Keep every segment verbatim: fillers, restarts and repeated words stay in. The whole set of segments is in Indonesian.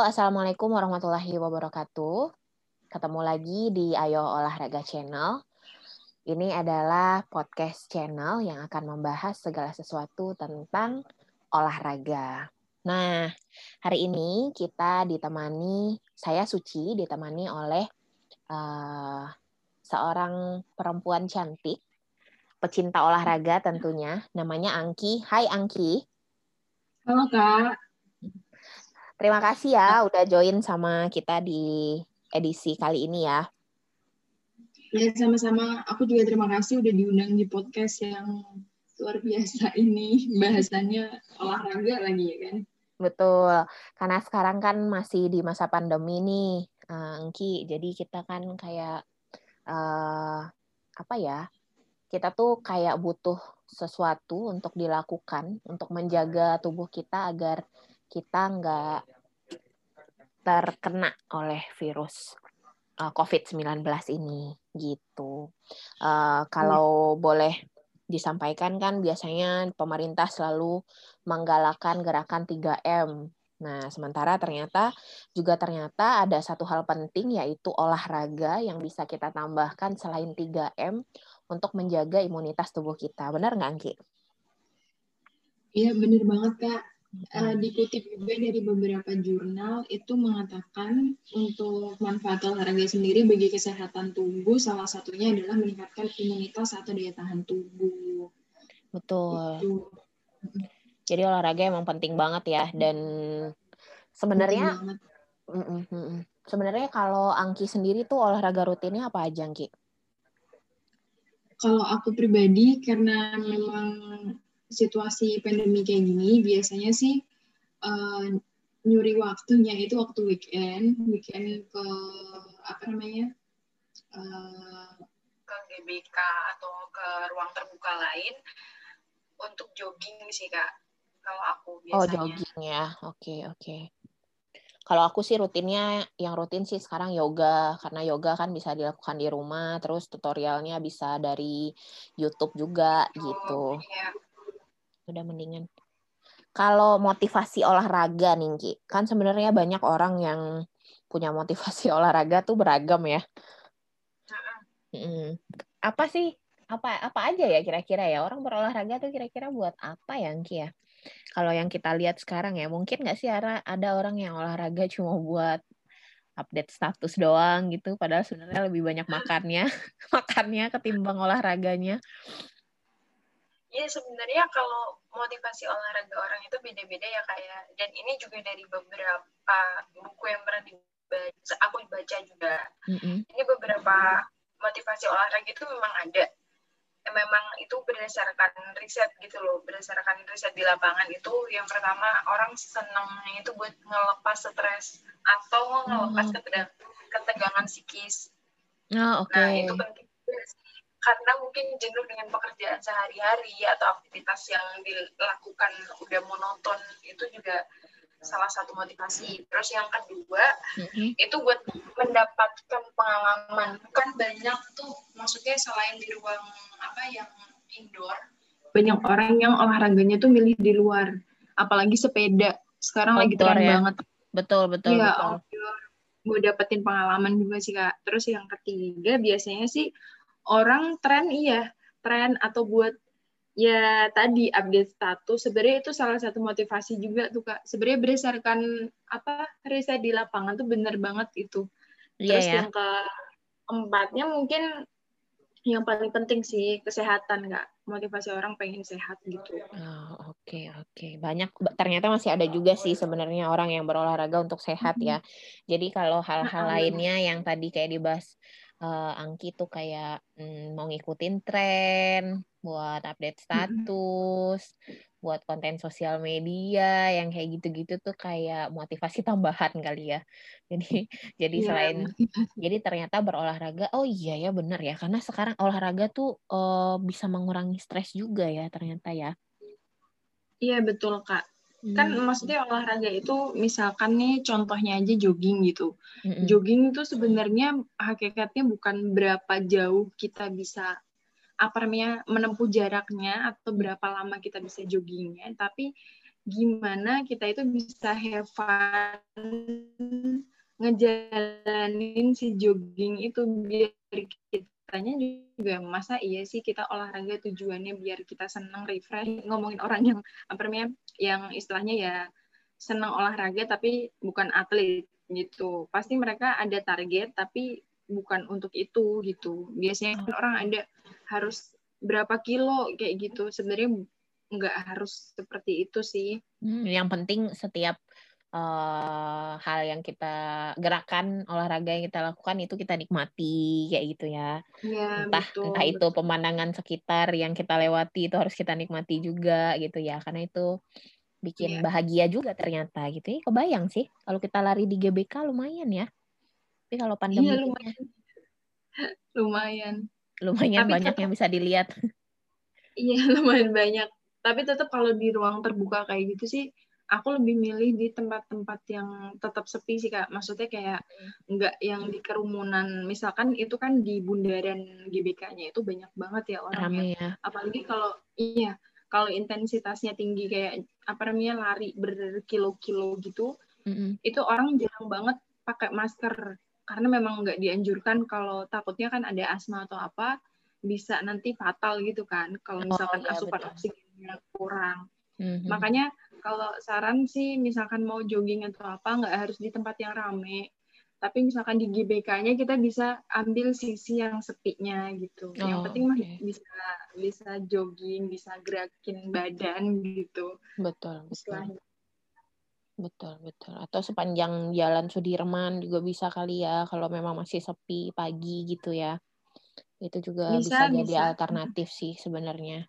Assalamualaikum warahmatullahi wabarakatuh. Ketemu lagi di Ayo Olahraga Channel. Ini adalah podcast channel yang akan membahas segala sesuatu tentang olahraga. Nah, hari ini kita ditemani, saya Suci, ditemani oleh uh, seorang perempuan cantik, pecinta olahraga tentunya, namanya Angki. Hai Angki. Halo Kak. Terima kasih ya udah join sama kita di edisi kali ini ya. Ya sama-sama, aku juga terima kasih udah diundang di podcast yang luar biasa ini. Bahasannya olahraga lagi ya kan? Betul, karena sekarang kan masih di masa pandemi nih, Angki. Jadi kita kan kayak, uh, apa ya, kita tuh kayak butuh sesuatu untuk dilakukan, untuk menjaga tubuh kita agar kita nggak terkena oleh virus covid sembilan belas ini gitu. Uh, kalau boleh disampaikan kan biasanya pemerintah selalu menggalakkan gerakan tiga M. Nah, sementara ternyata juga ternyata ada satu hal penting yaitu olahraga yang bisa kita tambahkan selain tiga M untuk menjaga imunitas tubuh kita. Benar nggak, Angki? Iya, benar banget Kak. Uh, dikutip juga dari beberapa jurnal itu mengatakan untuk manfaat olahraga sendiri bagi kesehatan tubuh salah satunya adalah meningkatkan imunitas atau daya tahan tubuh. Betul. Itu. Jadi olahraga emang penting banget ya, dan sebenarnya sebenarnya kalau Angki sendiri tuh olahraga rutinnya apa aja, Angki? Kalau aku pribadi karena memang situasi pandemi kayak gini, biasanya sih uh, nyuri waktunya itu waktu weekend, weekend ke apa namanya uh, ke G B K atau ke ruang terbuka lain untuk jogging sih Kak. Kalau aku biasanya. Oh, jogging ya, oke okay, oke. Okay. Kalau aku sih rutinnya, yang rutin sih sekarang yoga, karena yoga kan bisa dilakukan di rumah, terus tutorialnya bisa dari YouTube juga oh, gitu. Iya. Udah mendingan. Kalau motivasi olahraga nih, Ki, kan sebenarnya banyak orang yang punya motivasi olahraga tuh beragam ya. Hmm. Apa sih? Apa apa aja ya kira-kira ya orang berolahraga tuh kira-kira buat apa ya, Ki ya? Kalau yang kita lihat sekarang ya, mungkin nggak sih ada orang yang olahraga cuma buat update status doang gitu, padahal sebenarnya lebih banyak makannya, makannya ketimbang olahraganya. Iya, sebenarnya kalau motivasi olahraga orang itu beda-beda ya kayak, dan ini juga dari beberapa buku yang pernah dibaca, aku baca juga. Mm-hmm. Ini beberapa motivasi olahraga itu memang ada. Memang itu berdasarkan riset gitu loh, berdasarkan riset di lapangan itu yang pertama orang senangnya itu buat ngelepas stres atau ngelepas hmm. ketegangan psikis. Oh, oke. Okay. Nah, itu penting karena mungkin jenuh dengan pekerjaan sehari-hari atau aktivitas yang dilakukan udah monoton, itu juga salah satu motivasi. Terus yang kedua, mm-hmm. itu buat mendapatkan pengalaman. Kan banyak tuh, maksudnya selain di ruang apa yang indoor, banyak orang yang olahraganya tuh milih di luar. Apalagi sepeda. Sekarang outdoor, lagi tren ya? Banget. Betul, betul, ya, betul. Outdoor. Gue dapetin pengalaman juga sih, Kak. Terus yang ketiga, biasanya sih orang tren iya, tren atau buat ya tadi update status, sebenarnya itu salah satu motivasi juga tuh Kak. Sebenarnya berdasarkan apa riset di lapangan tuh bener banget itu. Terus yeah, yang yeah. keempatnya mungkin yang paling penting sih kesehatan Kak. Motivasi orang pengen sehat gitu. Oh, oke okay, oke. Okay. Banyak ternyata masih ada juga sih sebenarnya orang yang berolahraga untuk sehat mm-hmm. ya. Jadi kalau hal-hal uh-uh. lainnya yang tadi kayak dibahas uh, Angki tuh kayak hmm, mau ngikutin tren, buat update status, mm-hmm. buat konten sosial media yang kayak gitu-gitu tuh kayak motivasi tambahan kali ya. Jadi jadi yeah. selain jadi ternyata berolahraga, oh iya ya benar ya, karena sekarang olahraga tuh uh, bisa mengurangi stres juga ya ternyata ya. Iya betul Kak. Kan hmm. maksudnya olahraga itu misalkan nih contohnya aja jogging gitu. Mm-hmm. Jogging itu sebenarnya hakikatnya bukan berapa jauh kita bisa apa namanya menempuh jaraknya atau berapa lama kita bisa joggingnya, tapi gimana kita itu bisa have fun ngejalanin si jogging itu biar kitanya juga masa iya sih kita olahraga tujuannya biar kita senang refresh. Ngomongin orang yang apa namanya yang istilahnya ya senang olahraga tapi bukan atlet gitu, pasti mereka ada target tapi bukan untuk itu gitu. Biasanya orang ada harus berapa kilo kayak gitu, sebenarnya nggak harus seperti itu sih. Hmm, yang penting setiap uh, hal yang kita gerakan olahraga yang kita lakukan itu kita nikmati kayak gitu ya. Ya, Entah betul, entah itu betul. pemandangan sekitar yang kita lewati itu harus kita nikmati juga gitu ya, karena itu bikin Ya. bahagia juga ternyata gitu ya. Kebayang sih kalau kita lari di G B K lumayan ya. Tapi kalau pandemi Iya, lumayan. Lumayan. lumayan Tapi banyak tetap, yang bisa dilihat. iya lumayan banyak. Tapi tetap kalau di ruang terbuka kayak gitu sih, aku lebih milih di tempat-tempat yang tetap sepi sih Kak. Maksudnya kayak nggak yang di kerumunan. Misalkan itu kan di bundaran G B K-nya itu banyak banget ya orang yang, Rame ya. apalagi kalau iya kalau intensitasnya tinggi kayak apa namanya lari berkilo-kilo gitu, Mm-mm. itu orang jarang banget pakai masker karena memang nggak dianjurkan, kalau takutnya kan ada asma atau apa bisa nanti fatal gitu kan kalau Oh misalkan ya asupan betul. oksigennya kurang. Mm-hmm. Makanya kalau saran sih misalkan mau jogging atau apa nggak harus di tempat yang rame, tapi misalkan di G B K-nya kita bisa ambil sisi yang sepinya gitu. Oh, Yang penting mah okay. bisa bisa jogging, bisa gerakin badan gitu. Betul, betul. Istilahnya. Betul, betul. Atau sepanjang Jalan Sudirman juga bisa kali ya, kalau memang masih sepi pagi gitu ya. Itu juga bisa, Bisa, jadi bisa. alternatif sih sebenarnya.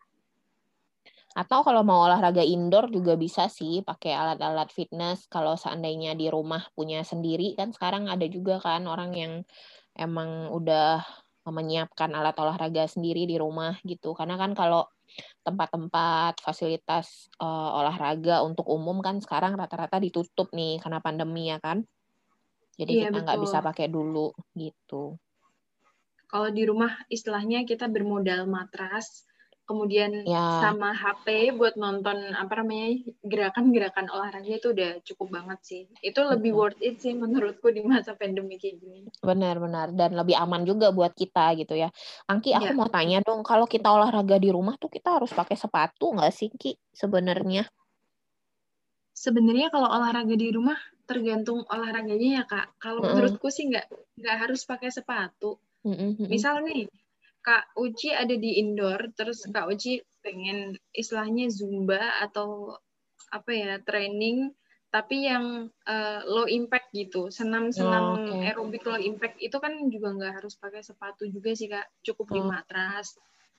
Atau kalau mau olahraga indoor juga bisa sih, pakai alat-alat fitness. Kalau seandainya di rumah punya sendiri, kan sekarang ada juga kan orang yang emang udah menyiapkan alat olahraga sendiri di rumah gitu. Karena kan kalau tempat-tempat fasilitas uh, olahraga untuk umum kan sekarang rata-rata ditutup nih karena pandemi ya kan. Jadi Iya, kita nggak bisa betul. pakai dulu gitu. Kalau di rumah istilahnya kita bermodal matras, kemudian Ya, sama H P buat nonton apa namanya gerakan-gerakan olahraga itu udah cukup banget sih. Itu lebih betul. worth it sih menurutku di masa pandemi kayak gini. Benar-benar. Dan lebih aman juga buat kita gitu ya. Angki, aku Ya, mau tanya dong, kalau kita olahraga di rumah tuh kita harus pakai sepatu nggak sih, Ki, sebenarnya? sebenarnya kalau olahraga di rumah tergantung olahraganya ya Kak. Kalau Mm-mm. menurutku sih nggak nggak harus pakai sepatu. Mm-mm, mm-mm. Misal nih Kak Uci ada di indoor, terus Kak Uci pengen istilahnya zumba atau apa ya training, tapi yang uh, low impact gitu, Oh, senam-senam oke. aerobik low impact itu kan juga nggak harus pakai sepatu juga sih Kak, cukup di Oh, matras.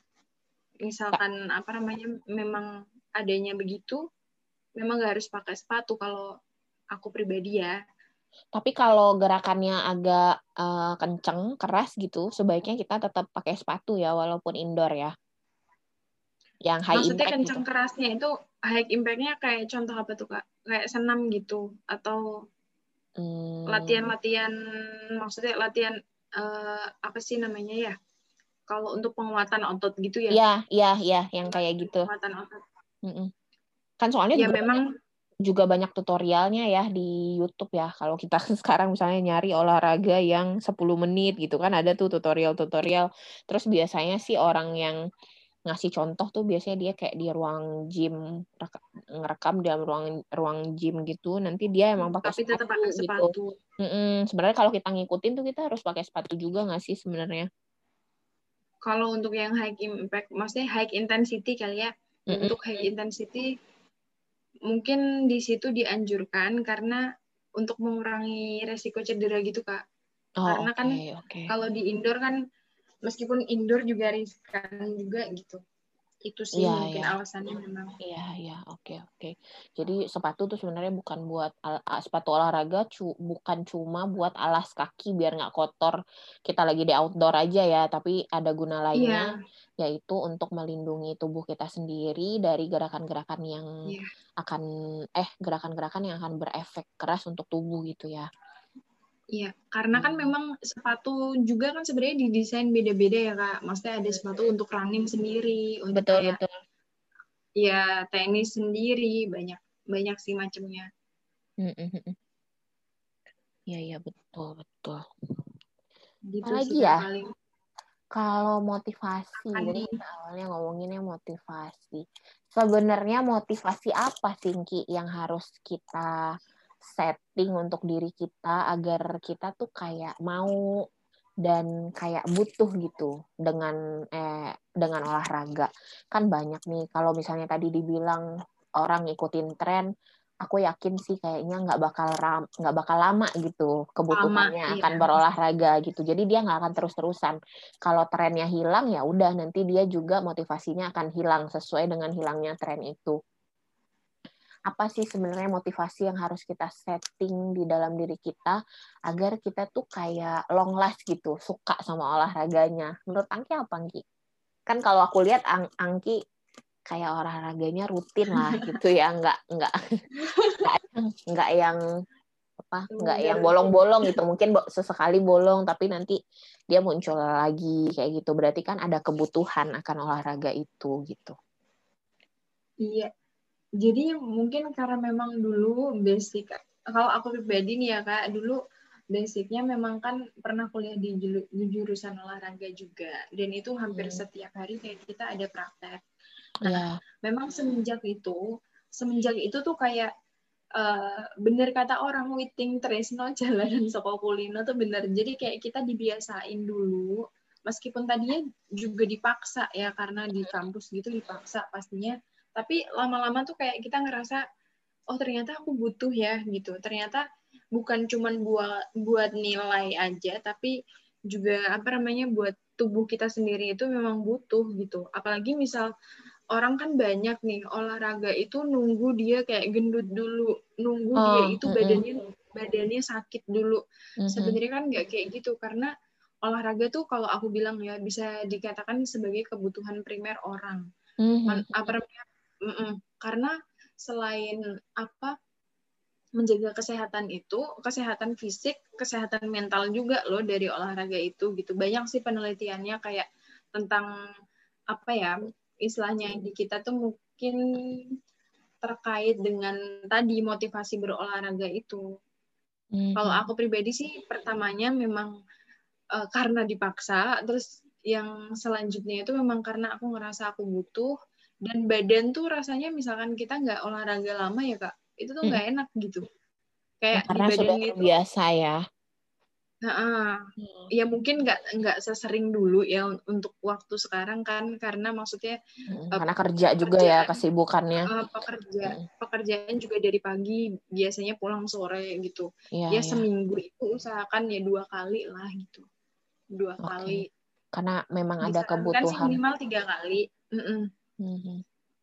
Ta- Misalkan apa namanya memang adanya begitu, memang nggak harus pakai sepatu kalau aku pribadi ya. tapi kalau gerakannya agak uh, kenceng, keras gitu, sebaiknya kita tetap pakai sepatu ya, walaupun indoor ya. Yang high Maksudnya impact gitu. kencang kerasnya itu high impact-nya kayak contoh apa tuh Kak? Kayak senam gitu atau Hmm, latihan-latihan, maksudnya latihan uh, apa sih namanya ya? Kalau untuk penguatan otot gitu ya? iya, iya, iya, yang kayak gitu. Penguatan otot. Mm-mm. Kan soalnya Ya juga banyak memang juga banyak tutorialnya ya di YouTube ya. Kalau kita sekarang misalnya nyari olahraga yang sepuluh menit gitu kan ada tuh tutorial-tutorial. Terus biasanya sih orang yang ngasih contoh tuh biasanya dia kayak di ruang gym, ngerekam di dalam ruang ruang gym gitu. Nanti dia emang pakai tapi tetap sepatu pakai gitu. sepatu. Mm-mm. Sebenarnya kalau kita ngikutin tuh kita harus pakai sepatu juga nggak sih sebenarnya? Kalau untuk yang high impact, maksudnya high intensity kali ya. Mm-mm. Untuk high intensity mungkin di situ dianjurkan karena untuk mengurangi resiko cedera gitu Kak. Oh, Karena kan oke, oke. kalau di indoor kan meskipun indoor juga riskan juga gitu. Itu sih Iya, mungkin iya. alasannya memang. Iya, iya, oke, oke. Jadi sepatu tuh sebenarnya bukan buat al- sepatu olahraga, cu- bukan cuma buat alas kaki biar nggak kotor. Kita lagi di outdoor aja ya, tapi ada guna lainnya, Iya, yaitu untuk melindungi tubuh kita sendiri dari gerakan-gerakan yang iya. akan, eh, gerakan-gerakan yang akan berefek keras untuk tubuh gitu ya. Iya, karena kan Hmm. memang sepatu juga kan sebenarnya didesain beda-beda ya Kak. Maksudnya ada sepatu untuk running sendiri, untuk Betul, kayak betul. ya tenis sendiri, banyak banyak sih macamnya. Iya iya betul betul. Gitu Apalagi sih Kak ya? paling. Kalau motivasi, Akan jadi di kita awalnya ngomonginnya motivasi. Sebenarnya motivasi apa sih Ki yang harus kita setting untuk diri kita agar kita tuh kayak mau dan kayak butuh gitu dengan eh dengan olahraga. Kan banyak nih kalau misalnya tadi dibilang orang ngikutin tren, aku yakin sih kayaknya nggak bakal ram, nggak bakal lama gitu lama kebutuhannya iya. akan berolahraga gitu. Jadi dia nggak akan terus-terusan. Kalau trennya hilang ya udah nanti dia juga motivasinya akan hilang sesuai dengan hilangnya tren itu. Apa sih sebenarnya motivasi yang harus kita setting di dalam diri kita agar kita tuh kayak long last gitu, suka sama olahraganya. Menurut Angki apa, Angki? Kan kalau aku lihat Ang Angki kayak olahraganya rutin lah gitu ya, nggak nggak nggak, nggak yang apa nggak yang bolong-bolong gitu, mungkin sesekali bolong tapi nanti dia muncul lagi kayak gitu, berarti kan ada kebutuhan akan olahraga itu gitu. Iya, jadi mungkin karena memang dulu basic, kalau aku pribadi nih ya Kak, dulu basicnya memang kan pernah kuliah di, di jurusan olahraga juga, dan itu hampir hmm. setiap hari kayak kita ada praktek. Nah, yeah. memang semenjak itu, semenjak itu tuh kayak Uh, bener kata orang witing tresno jalanan saka kulino tuh bener. Jadi kayak kita dibiasain dulu, meskipun tadinya juga dipaksa ya karena di kampus gitu dipaksa pastinya. Tapi lama-lama tuh kayak kita ngerasa, oh ternyata aku butuh ya gitu. Ternyata bukan cuman buat buat nilai aja, tapi juga apa namanya buat tubuh kita sendiri itu memang butuh gitu. Apalagi misal orang kan banyak nih olahraga itu nunggu dia kayak gendut dulu, nunggu oh, dia itu mm-mm. badannya badannya sakit dulu. Mm-hmm. Sebenarnya kan nggak kayak gitu, karena olahraga tuh kalau aku bilang ya bisa dikatakan sebagai kebutuhan primer orang. Mm-hmm. Apa mm-mm. Karena selain apa menjaga kesehatan itu, kesehatan fisik, kesehatan mental juga loh dari olahraga itu gitu. Banyak sih penelitiannya kayak tentang apa ya? Istilahnya di kita tuh mungkin terkait dengan tadi motivasi berolahraga itu. Mm-hmm. Kalau aku pribadi sih pertamanya memang uh, karena dipaksa, terus yang selanjutnya itu memang karena aku ngerasa aku butuh, dan badan tuh rasanya misalkan kita nggak olahraga lama ya Kak, itu tuh nggak mm-hmm. enak gitu. Kayak karena di badan sudah gitu, terbiasa ya. Nah, hmm. ya mungkin nggak nggak sesering dulu ya untuk waktu sekarang kan, karena maksudnya hmm, karena kerja juga ya kesibukannya. Uh, pekerja hmm. pekerjaan juga dari pagi biasanya pulang sore gitu. Ya, ya seminggu ya. Itu usahakan ya dua kali lah gitu, dua okay. kali. Karena memang ada kebutuhan. Kan sih minimal tiga kali. Hmm.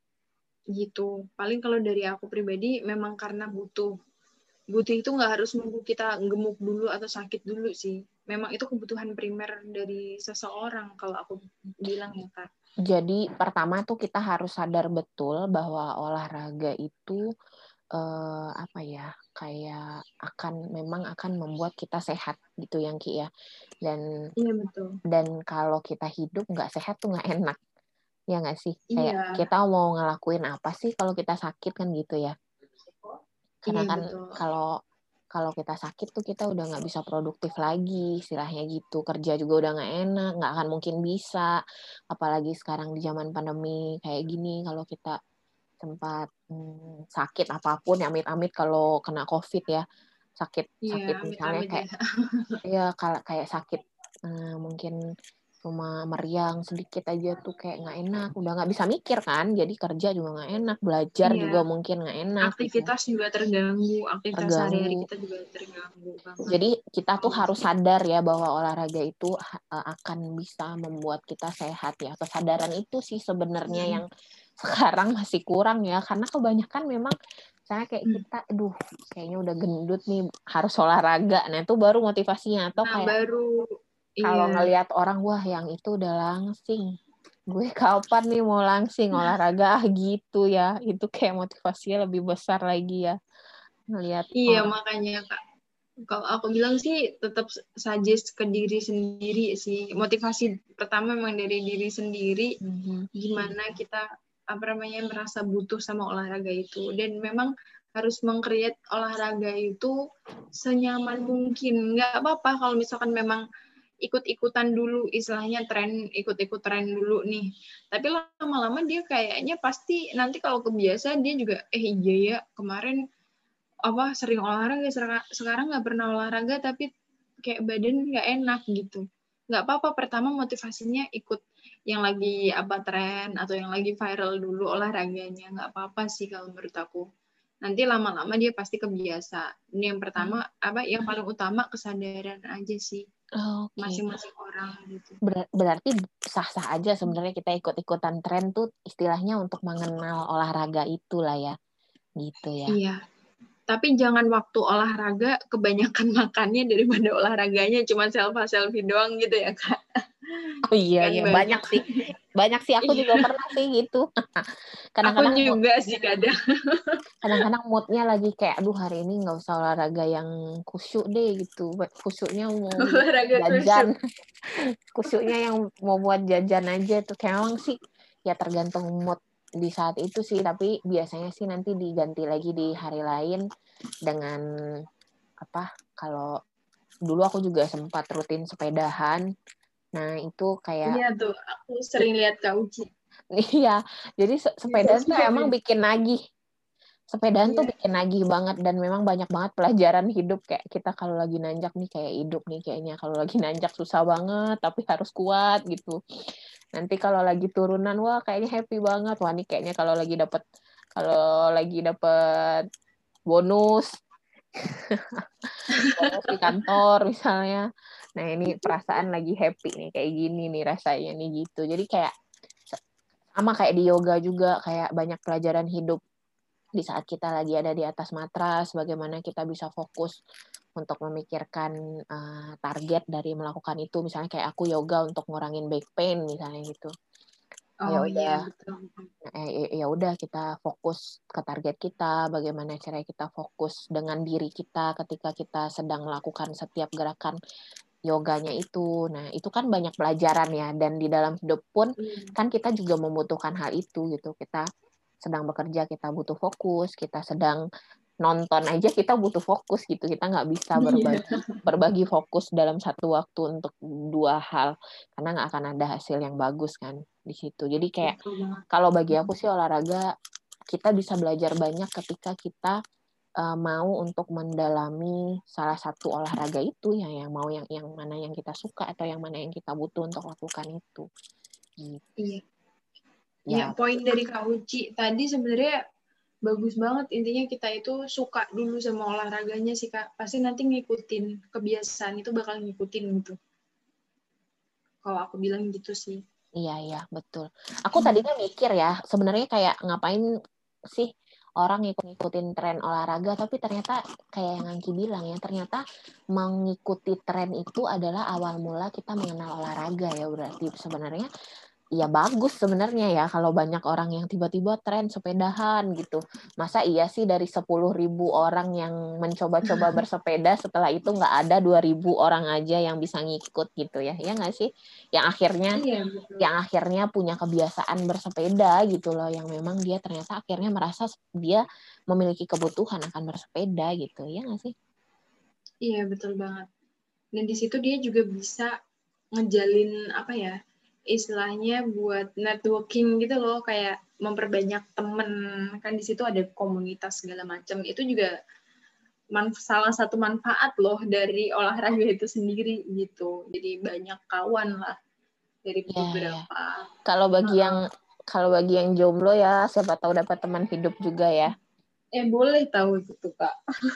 Gitu. Paling kalau dari aku pribadi memang karena butuh. Butuh itu nggak harus nunggu kita gemuk dulu atau sakit dulu sih. Memang itu kebutuhan primer dari seseorang kalau aku bilang ya Kak. Jadi pertama tuh kita harus sadar betul bahwa olahraga itu eh, apa ya kayak akan memang akan membuat kita sehat gitu yang Ki ya. Dan iya betul. Dan kalau kita hidup nggak sehat tuh nggak enak ya nggak sih. Kayak iya. kita mau ngelakuin apa sih kalau kita sakit kan gitu ya. Karena iya, kan betul. kalau kalau kita sakit tuh kita udah nggak bisa produktif lagi, istilahnya gitu. Kerja juga udah nggak enak, nggak akan mungkin bisa. Apalagi sekarang di zaman pandemi kayak gini, kalau kita sempat hmm, sakit apapun, ya amit-amit kalau kena COVID ya, sakit ya, sakit misalnya amit-amit kayak ya kalau kayak sakit hmm, mungkin cuma meriang sedikit aja tuh kayak nggak enak, udah nggak bisa mikir kan, jadi kerja juga nggak enak, belajar iya. juga mungkin nggak enak. Aktivitas gitu. juga terganggu, aktivitas terganggu. sehari-hari kita juga terganggu banget. Jadi kita tuh harus sadar ya bahwa olahraga itu akan bisa membuat kita sehat ya. Kesadaran itu sih sebenarnya hmm. yang sekarang masih kurang ya, karena kebanyakan memang saya kayak kita, aduh kayaknya udah gendut nih harus olahraga. Nah itu baru motivasinya atau nah, kayak baru kalau iya. ngelihat orang wah yang itu udah langsing, gue kapan nih mau langsing olahraga ah gitu ya. Itu kayak motivasinya lebih besar lagi ya ngelihat. Iya orang. Makanya Kak. Kalau aku bilang sih tetap suggest ke diri sendiri sih. Motivasi pertama memang dari diri sendiri. Mm-hmm. Gimana kita apa namanya merasa butuh sama olahraga itu, dan memang harus meng-create olahraga itu senyaman mungkin. Nggak apa-apa kalau misalkan memang ikut-ikutan dulu, istilahnya tren, ikut-ikut tren dulu nih. Tapi lama-lama dia kayaknya pasti nanti kalau kebiasaan dia juga, eh iya ya kemarin apa sering olahraga, sekarang nggak pernah olahraga tapi kayak badan nggak enak gitu. Nggak apa-apa, pertama motivasinya ikut yang lagi apa tren atau yang lagi viral dulu olahraganya, nggak apa-apa sih kalau menurut aku. Nanti lama-lama dia pasti kebiasa. Ini yang pertama, apa yang paling utama kesadaran aja sih. Oh, oke. Masing-masing orang gitu. Ber- berarti sah-sah aja sebenarnya kita ikut-ikutan tren tuh istilahnya untuk mengenal olahraga itulah ya. Gitu ya. Iya. Tapi jangan waktu olahraga kebanyakan makannya daripada olahraganya, cuma selfie-selfie doang gitu ya, Kak. Oh iya, Kan iya. banyak. Banyak sih. Banyak sih, aku juga pernah sih gitu. Kadang-kadang Aku juga sih kadang. kadang-kadang moodnya lagi kayak, aduh hari ini nggak usah olahraga yang khusyuk deh gitu. Khusyuknya mau Olahraga jajan. khusyuk. Khusyuknya yang mau buat jajan aja tuh. Kayak emang sih, ya tergantung mood di saat itu sih. Tapi biasanya sih nanti diganti lagi di hari lain dengan apa, kalau dulu aku juga sempat rutin sepedahan. Nah, itu kayak Iya tuh, aku sering lihat Kak Uci. iya, jadi Di sepedaan tuh sosial emang media. bikin nagih. Sepedaan tuh Iya. bikin nagih banget dan memang banyak banget pelajaran hidup kayak kita kalau lagi nanjak nih kayak hidup nih kayaknya kalau lagi nanjak susah banget tapi harus kuat gitu. Nanti kalau lagi turunan wah kayaknya happy banget. Wah nih kayaknya kalau lagi dapet kalau lagi dapet bonus bonus di kantor misalnya. Nah, ini perasaan lagi happy nih kayak gini nih rasanya nih gitu. Jadi kayak sama kayak di yoga juga kayak banyak pelajaran hidup di saat kita lagi ada di atas matras, bagaimana kita bisa fokus untuk memikirkan uh, target dari melakukan itu. Misalnya kayak aku yoga untuk ngurangin back pain misalnya gitu. Ya Oh iya, udah, betul. eh, ya udah kita fokus ke target kita, bagaimana cara kita fokus dengan diri kita ketika kita sedang melakukan setiap gerakan yoganya itu. Nah, itu kan banyak pelajaran ya dan di dalam hidup pun Iya. kan kita juga membutuhkan hal itu gitu. Kita sedang bekerja kita butuh fokus, kita sedang nonton aja kita butuh fokus gitu. Kita nggak bisa berbagi berbagi fokus dalam satu waktu untuk dua hal karena nggak akan ada hasil yang bagus kan di situ. Jadi kayak Betul banget. kalau bagi aku sih olahraga kita bisa belajar banyak ketika kita uh, mau untuk mendalami salah satu olahraga itu ya yang mau yang yang mana yang kita suka atau yang mana yang kita butuh untuk lakukan itu. Gitu. Iya. Ya. Ya, poin dari Kak Uci tadi sebenarnya bagus banget. Intinya kita itu suka dulu sama olahraganya sih, Kak. Pasti nanti ngikutin kebiasaan itu bakal ngikutin gitu. Kalau aku bilang gitu sih. Iya, iya, betul. Aku tadinya mikir ya, sebenarnya kayak ngapain sih orang ngikut-ngikutin tren olahraga, tapi ternyata kayak yang Angki bilang ya, ternyata mengikuti tren itu adalah awal mula kita mengenal olahraga ya, berarti sebenarnya ya bagus sebenarnya ya kalau banyak orang yang tiba-tiba tren sepedahan gitu. Masa iya sih dari sepuluh ribu orang yang mencoba-coba bersepeda setelah itu nggak ada dua ribu orang aja yang bisa ngikut gitu ya. Ya nggak sih? Yang akhirnya Iya, betul. yang akhirnya punya kebiasaan bersepeda gitu loh yang memang dia ternyata akhirnya merasa dia memiliki kebutuhan akan bersepeda gitu. Ya nggak sih? Iya, betul banget. Dan di situ dia juga bisa ngejalin apa ya? Istilahnya buat networking gitu loh, kayak memperbanyak temen. Kan di situ ada komunitas segala macam. Itu juga salah satu manfaat loh dari olahraga itu sendiri gitu. Jadi banyak kawan lah dari Ya, ya. beberapa. Kalau bagi Uh, yang kalau bagi yang jomblo ya siapa tahu dapat teman hidup juga ya. eh boleh tahu gitu Kak.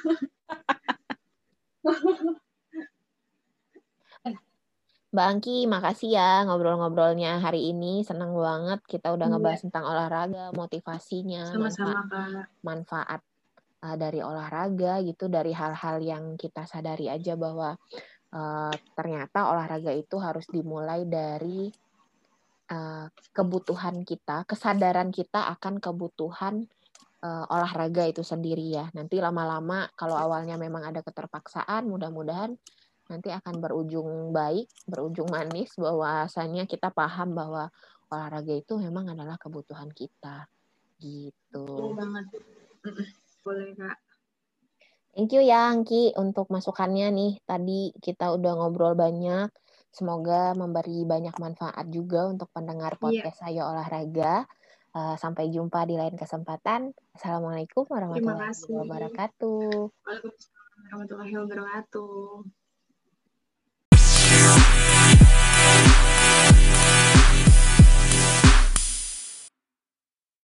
Mbak Angki, makasih ya ngobrol-ngobrolnya hari ini. Senang banget kita udah ngebahas Iya, tentang olahraga, motivasinya, manfaat sama-sama Kak. manfaat uh, dari olahraga gitu, dari hal-hal yang kita sadari aja bahwa uh, ternyata olahraga itu harus dimulai dari uh, kebutuhan kita, kesadaran kita akan kebutuhan uh, olahraga itu sendiri ya. Nanti lama-lama kalau awalnya memang ada keterpaksaan, mudah-mudahan nanti akan berujung baik, berujung manis bahwasanya kita paham bahwa olahraga itu memang adalah kebutuhan kita gitu. Betul banget. Boleh Kak. Thank you ya Angki untuk masukannya nih. Tadi kita udah ngobrol banyak. Semoga memberi banyak manfaat juga untuk pendengar podcast yeah. Ayo Olahraga. Uh, sampai jumpa di lain kesempatan. Assalamualaikum warahmatullahi wabarakatuh. Waalaikumsalam warahmatullahi wabarakatuh.